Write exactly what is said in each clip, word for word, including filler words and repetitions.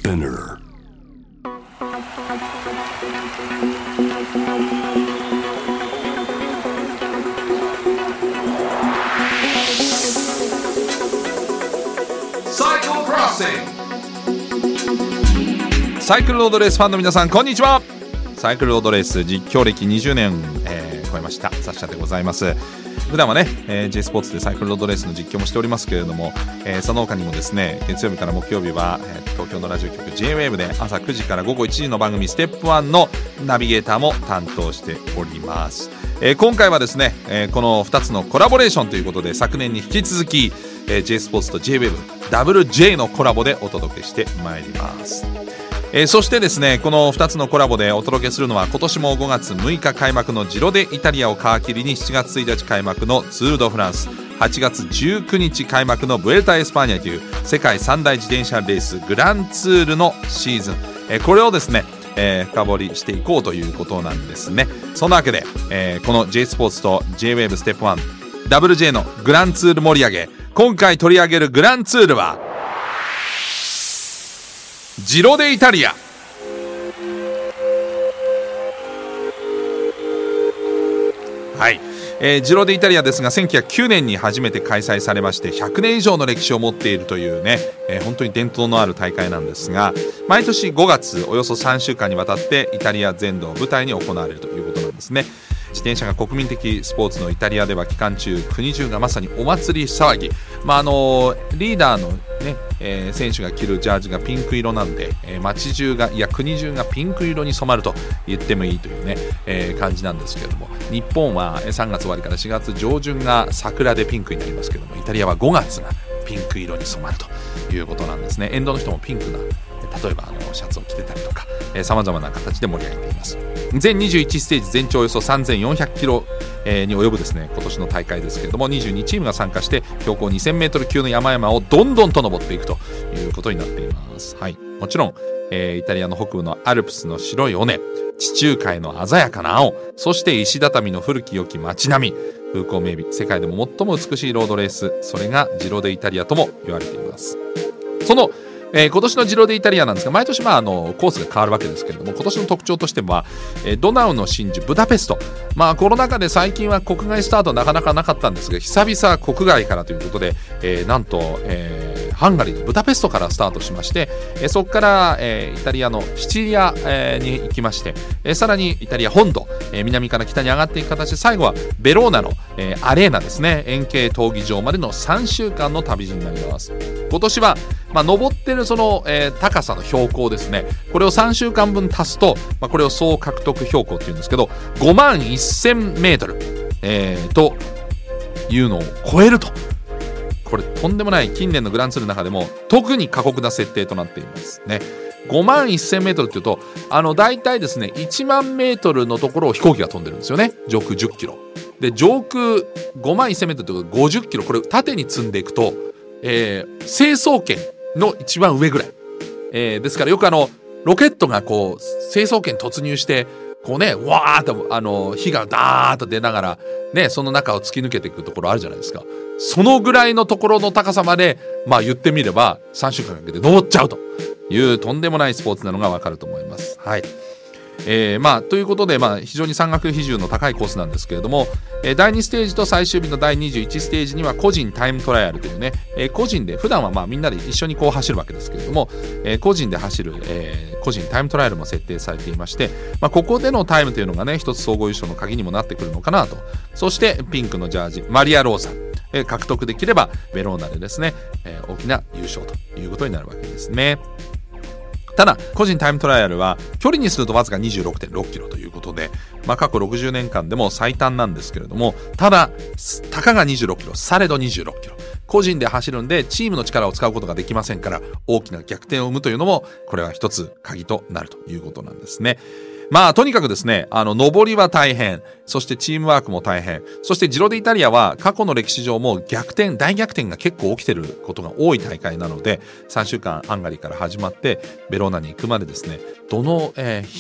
Spinner サイクルロードレースファンの皆さん、こんにちは。サイクルロードレース実況歴にじゅうねん、えー、超えましたサッシャでございます。普段はね、えー、J スポーツでサイクルロードレースの実況もしておりますけれども、えー、その他にもですね、月曜日から木曜日は、えー、東京のラジオ局 ジェイウェーブ で朝くじから午後いちじの番組ステップワンのナビゲーターも担当しております。えー、今回はですね、えー、このふたつのコラボレーションということで、昨年に引き続き、えー、J スポーツと ジェイウェーブ ダブル J のコラボでお届けしてまいります。えー、そしてですね、このふたつのコラボでお届けするのは、今年もごがつむいか開幕のジロデイタリアを皮切りにしちがつついたち開幕のツールドフランス、はちがつじゅうくにち開幕のブエルタエスパーニャという世界三大自転車レースグランツールのシーズン、えー、これをですね、えー、深掘りしていこうということなんですね。そんなわけで、えー、この J スポーツと ジェイウェーブ ステップワン ダブル J のグランツール盛り上げ、今回取り上げるグランツールはジロデイタリア。はい、えー、ジロデイタリアですが、せんきゅうひゃくきゅうねんに初めて開催されまして、ひゃくねん以上の歴史を持っているというね、えー、本当に伝統のある大会なんですが、毎年ごがつおよそさんしゅうかんにわたってイタリア全土を舞台に行われるということなんですね。自転車が国民的スポーツのイタリアでは期間中、国中がまさにお祭り騒ぎ、まああのリーダーの、ねえー、選手が着るジャージがピンク色なんで、えー、街中がいや国中がピンク色に染まると言ってもいいというね、えー、感じなんですけれども、日本はさんがつ終わりからしがつじょうじゅんが桜でピンクになりますけれども、イタリアはごがつがピンク色に染まるということなんですね。沿道の人もピンクな、例えばあのシャツを着てたりとか、さまざまな形で盛り上げています。全にじゅういちステージ、全長およそさんぜんよんひゃくキロ、えー、に及ぶですね、今年の大会ですけれども、にじゅうにチームが参加して標高にせんメートル級の山々をどんどんと登っていくということになっています。はい、もちろん、えー、イタリアの北部のアルプスの白い尾根、地中海の鮮やかな青、そして石畳の古き良き街並み、風光明媚、世界でも最も美しいロードレース、それがジロデイタリアとも言われています。そのえー、今年のジロデイタリアなんですが、毎年、まあ、あのコースが変わるわけですけれども、今年の特徴としては、えー、ドナウの真珠ブダペスト、まあ、コロナ禍で最近は国外スタートなかなかなかったんですが、久々国外からということで、えー、なんと、えー、ハンガリーのブダペストからスタートしまして、えー、そこから、えー、イタリアのシチリア、えー、に行きまして、えー、さらにイタリア本土、えー、南から北に上がっていく形で、最後はベローナの、えー、アレーナですね、円形闘技場までのさんしゅうかんの旅路になります。今年は、まあ、登ってるその、えー、高さの標高ですね、これをさんしゅうかんぶん足すと、まあ、これを総獲得標高っていうんですけど、ごまんせんメートル、えー、というのを超えると、これとんでもない、近年のグランツールの中でも特に過酷な設定となっていますね。ごまんせんメートルっていうと、あの大体ですねいちまんメートルのところを飛行機が飛んでるんですよね。上空じゅっキロで、上空ごまんせんメートルというかごじゅっキロ、これ縦に積んでいくと、えー、成層圏の一番上ぐらい、えー、ですからよくあのロケットがこう成層圏突入してこうね、わーっとあの火がダーッと出ながらね、その中を突き抜けていくところあるじゃないですか。そのぐらいのところの高さまで、まあ言ってみればさんしゅうかんかけて登っちゃうというとんでもないスポーツなのがわかると思います。はい。えー、まあということで、まあ非常に山岳比重の高いコースなんですけれども、えー、だいにステージと最終日のだいにじゅういちステージには個人タイムトライアルというね、えー、個人で普段はまあみんなで一緒にこう走るわけですけれども、えー、個人で走る、えー、個人タイムトライアルも設定されていまして、まあ、ここでのタイムというのがね、一つ総合優勝の鍵にもなってくるのかなと。そしてピンクのジャージマリア・ローザ、えー、獲得できればベローナでですね、えー、大きな優勝ということになるわけですね。ただ個人タイムトライアルは距離にするとわずか にじゅうろくてんろっキロということで、まあ、過去ろくじゅうねんかんでも最短なんですけれども、ただたかがにじゅうろくキロ、されどにじゅうろくキロ、個人で走るんでチームの力を使うことができませんから、大きな逆転を生むというのもこれは一つ鍵となるということなんですね。まあとにかくですね、あの上りは大変、そしてチームワークも大変、そしてジロデイタリアは過去の歴史上も逆転大逆転が結構起きてることが多い大会なので、さんしゅうかんハンガリーから始まってベローナに行くまでですね、どの、えー、日も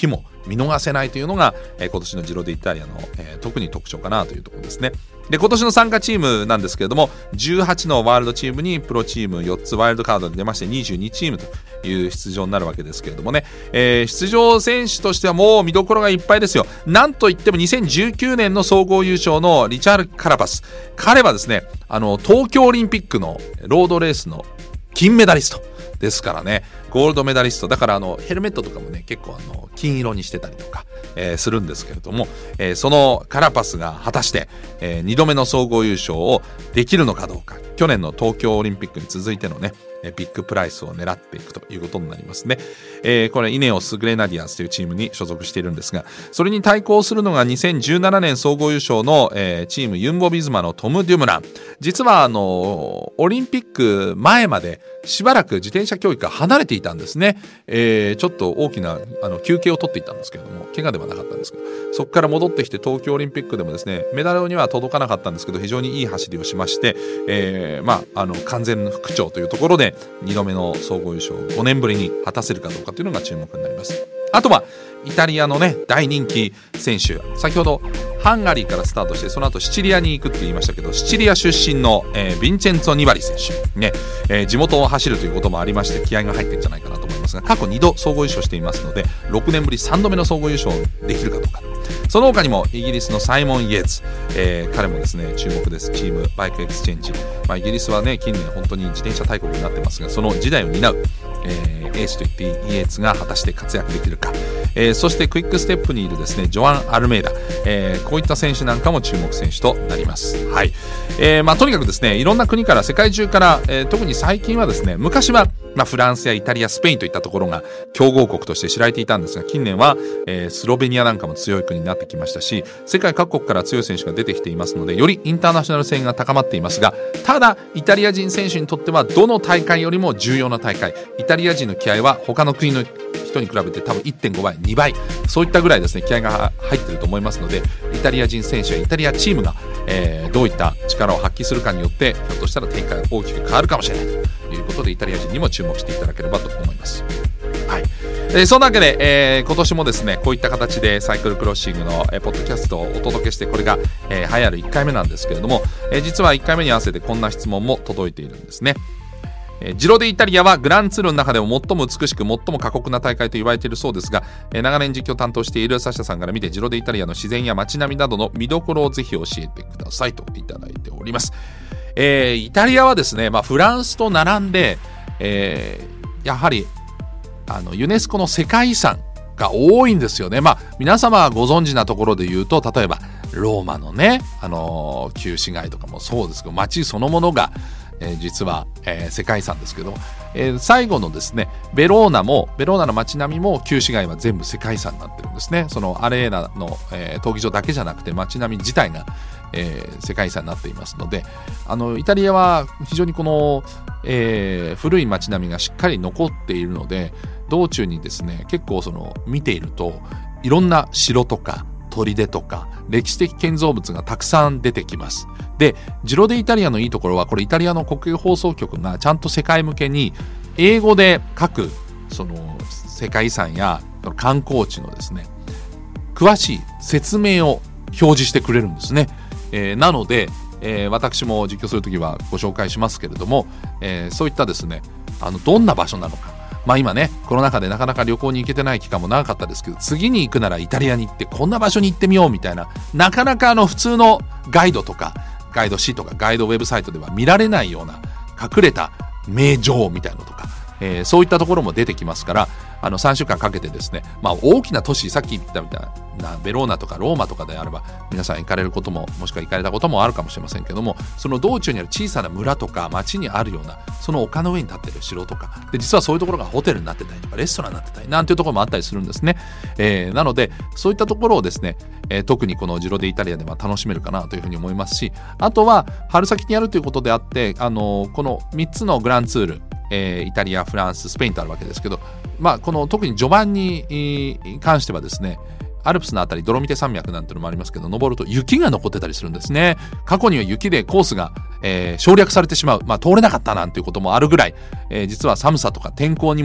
見逃せないというのが、えー、今年のジロデイタリアの、えー、特に特徴かなというところですね。で今年の参加チームなんですけれども、じゅうはちのワールドチームにプロチームよっつワイルドカードで出ましてにじゅうにチームという出場になるわけですけれどもね、えー、出場選手としてはもう見どころがいっぱいですよ。なんといってもにせんじゅうきゅうねんの総合優勝のリチャール・カラパス、彼はですね、あの東京オリンピックのロードレースの金メダリストですからね、ゴールドメダリストだから、あのヘルメットとかもね結構あの金色にしてたりとか、えー、するんですけれども、えー、そのカラパスが果たして、えー、にどめの総合優勝をできるのかどうか、去年の東京オリンピックに続いてのねビッグプライスを狙っていくということになりますね。えー、これイネオスグレナディアンスというチームに所属しているんですが、それに対抗するのがにせんじゅうななねん総合優勝の、えー、チームユンボビズマのトム・デュムラン。実はあのオリンピック前までしばらく自転車教育が離れていたんですね。えー、ちょっと大きなあの休憩を取っていたんですけれども、怪我ではなかったんですけど、そこから戻ってきて東京オリンピックでもですね、メダルには届かなかったんですけど、非常にいい走りをしまして、えー、まああの完全復調というところでにどめの総合優勝をごねんぶりに果たせるかどうかというのが注目になります。あとはイタリアのね大人気選手、先ほどハンガリーからスタートしてその後シチリアに行くって言いましたけど、シチリア出身の、えー、ヴィンチェンツォ・ニバリ選手ね、えー、地元を走るということもありまして気合が入ってるんじゃないかなと思いますが、過去にど総合優勝していますのでろくねんぶりさんどめの総合優勝できるかどうか。その他にもイギリスのサイモン・イエーツ、えー、彼もですね注目です。チームバイクエクスチェンジ、まあ、イギリスはね近年本当に自転車大国になってますが、その時代を担う、えー、エースと言っていいイエーツが果たして活躍できるか、えー、そしてクイックステップにいるですねジョアン・アルメイダ、えー、こういった選手なんかも注目選手となります。はい、えーまあ、とにかくですねいろんな国から世界中から、えー、特に最近はですね、昔はまあ、フランスやイタリア、スペインといったところが強豪国として知られていたんですが、近年は、えー、スロベニアなんかも強い国になってきましたし、世界各国から強い選手が出てきていますので、よりインターナショナル性が高まっていますが、ただイタリア人選手にとってはどの大会よりも重要な大会、イタリア人の気合は他の国の人に比べて多分 いってんごばい、にばい、そういったぐらいですね気合が入っていると思いますので、イタリア人選手やイタリアチームが、えー、どういった力を発揮するかによってひょっとしたら展開が大きく変わるかもしれないということで、イタリア人にも注目していただければと思います。はい、えー、そんなわけで、えー、今年もですねこういった形でサイクルクロッシングの、えー、ポッドキャストをお届けして、これが、えー、流行るいっかいめなんですけれども、えー、実はいっかいめに合わせてこんな質問も届いているんですね。ジロデイタリアはグランツールの中でも最も美しく最も過酷な大会と言われているそうですが、長年実況を担当しているサシャさんから見て、ジロデイタリアの自然や街並みなどの見どころをぜひ教えてくださいといただいております。えー、イタリアはですね、まあ、フランスと並んで、えー、やはりあのユネスコの世界遺産が多いんですよね。まあ、皆様がご存知なところで言うと、例えばローマのね、あのー、旧市街とかもそうですけど、街そのものがえー、実は、えー、世界遺産ですけど、えー、最後のですねベローナもベローナの街並みも旧市街は全部世界遺産になってるんですね。そのアレーナの、えー、闘技場だけじゃなくて街並み自体が、えー、世界遺産になっていますので、あのイタリアは非常にこの、えー、古い街並みがしっかり残っているので、道中にですね結構その見ているといろんな城とか砦とか歴史的建造物がたくさん出てきます。で、ジロデイタリアのいいところは、これイタリアの国営放送局がちゃんと世界向けに英語で各その世界遺産や観光地のですね詳しい説明を表示してくれるんですね。えー、なので、えー、私も実況するときはご紹介しますけれども、えー、そういったですねあのどんな場所なのか、まあ今ねコロナ禍でなかなか旅行に行けてない期間も長かったですけど、次に行くならイタリアに行ってこんな場所に行ってみようみたいな、なかなかあの普通のガイドとかガイド誌とかガイドウェブサイトでは見られないような隠れた名城みたいなのとか、えー、そういったところも出てきますから、あのさんしゅうかんかけてですね、まあ大きな都市、さっき言ったみたいなベローナとかローマとかであれば皆さん行かれることももしくは行かれたこともあるかもしれませんけども、その道中にある小さな村とか町にあるようなその丘の上に立っている城とかで、実はそういうところがホテルになってたりとかレストランになってたりなんていうところもあったりするんですね。えー、なのでそういったところをですね、えー、特にこのジロデイタリアでは楽しめるかなというふうに思いますし、あとは春先にやるということであって、あのー、このみっつのグランツール、えー、イタリア、フランス、スペインとあるわけですけど、まあ、この特に序盤に関してはですね、アルプスのあたりドロミテ山脈なんてのもありますけど、登ると雪が残ってたりするんですね。過去には雪でコースが、えー、省略されてしまう、まあ、通れなかったなんていうこともあるぐらい、えー、実は寒さとか天候にも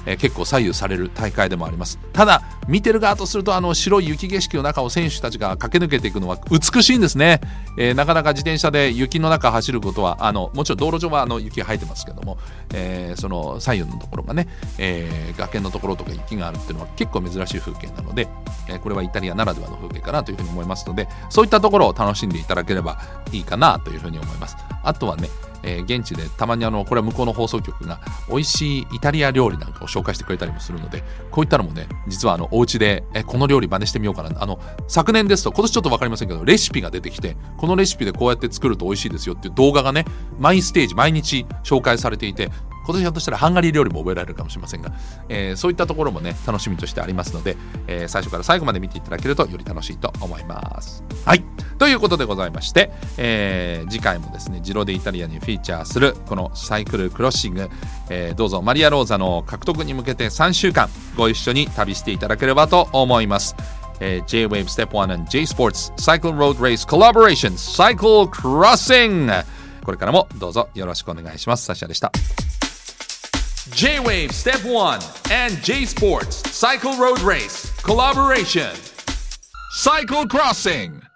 えー、結構左右される大会でもあります。ただ見てる側とするとあの白い雪景色の中を選手たちが駆け抜けていくのは美しいんですね。えー、なかなか自転車で雪の中走ることはあのもちろん道路上はあの雪が生えてますけども、えー、その左右のところがね、えー、崖のところとか雪があるっていうのは結構珍しい風景なので、えー、これはイタリアならではの風景かなというふうに思いますので、そういったところを楽しんでいただければいいかなというふうに思います。あとはね、えー、現地でたまにあのこれは向こうの放送局が美味しいイタリア料理なんかを紹介してくれたりもするので、こういったのもね実はあのお家でえこの料理真似してみようかな。あの昨年ですと、今年ちょっと分かりませんけどレシピが出てきて、このレシピでこうやって作ると美味しいですよっていう動画がね毎ステージ毎日紹介されていて、今年ひょっとしたらハンガリー料理も覚えられるかもしれませんが、えー、そういったところもね楽しみとしてありますので、えー、最初から最後まで見ていただけるとより楽しいと思います。はい、ということでございまして、えー、次回もですねジロデイタリアにフィーチャーするこのサイクルクロッシング、えー、どうぞマリアローザの獲得に向けてさんしゅうかんご一緒に旅していただければと思います。えー、J-Wave Step ワン and J Sports Cycle Road Race Collaboration Cycle Crossing、 これからもどうぞよろしくお願いします。サシャでした。J-Wave Step ワン and J Sports Cycle Road Race Collaboration Cycle Crossing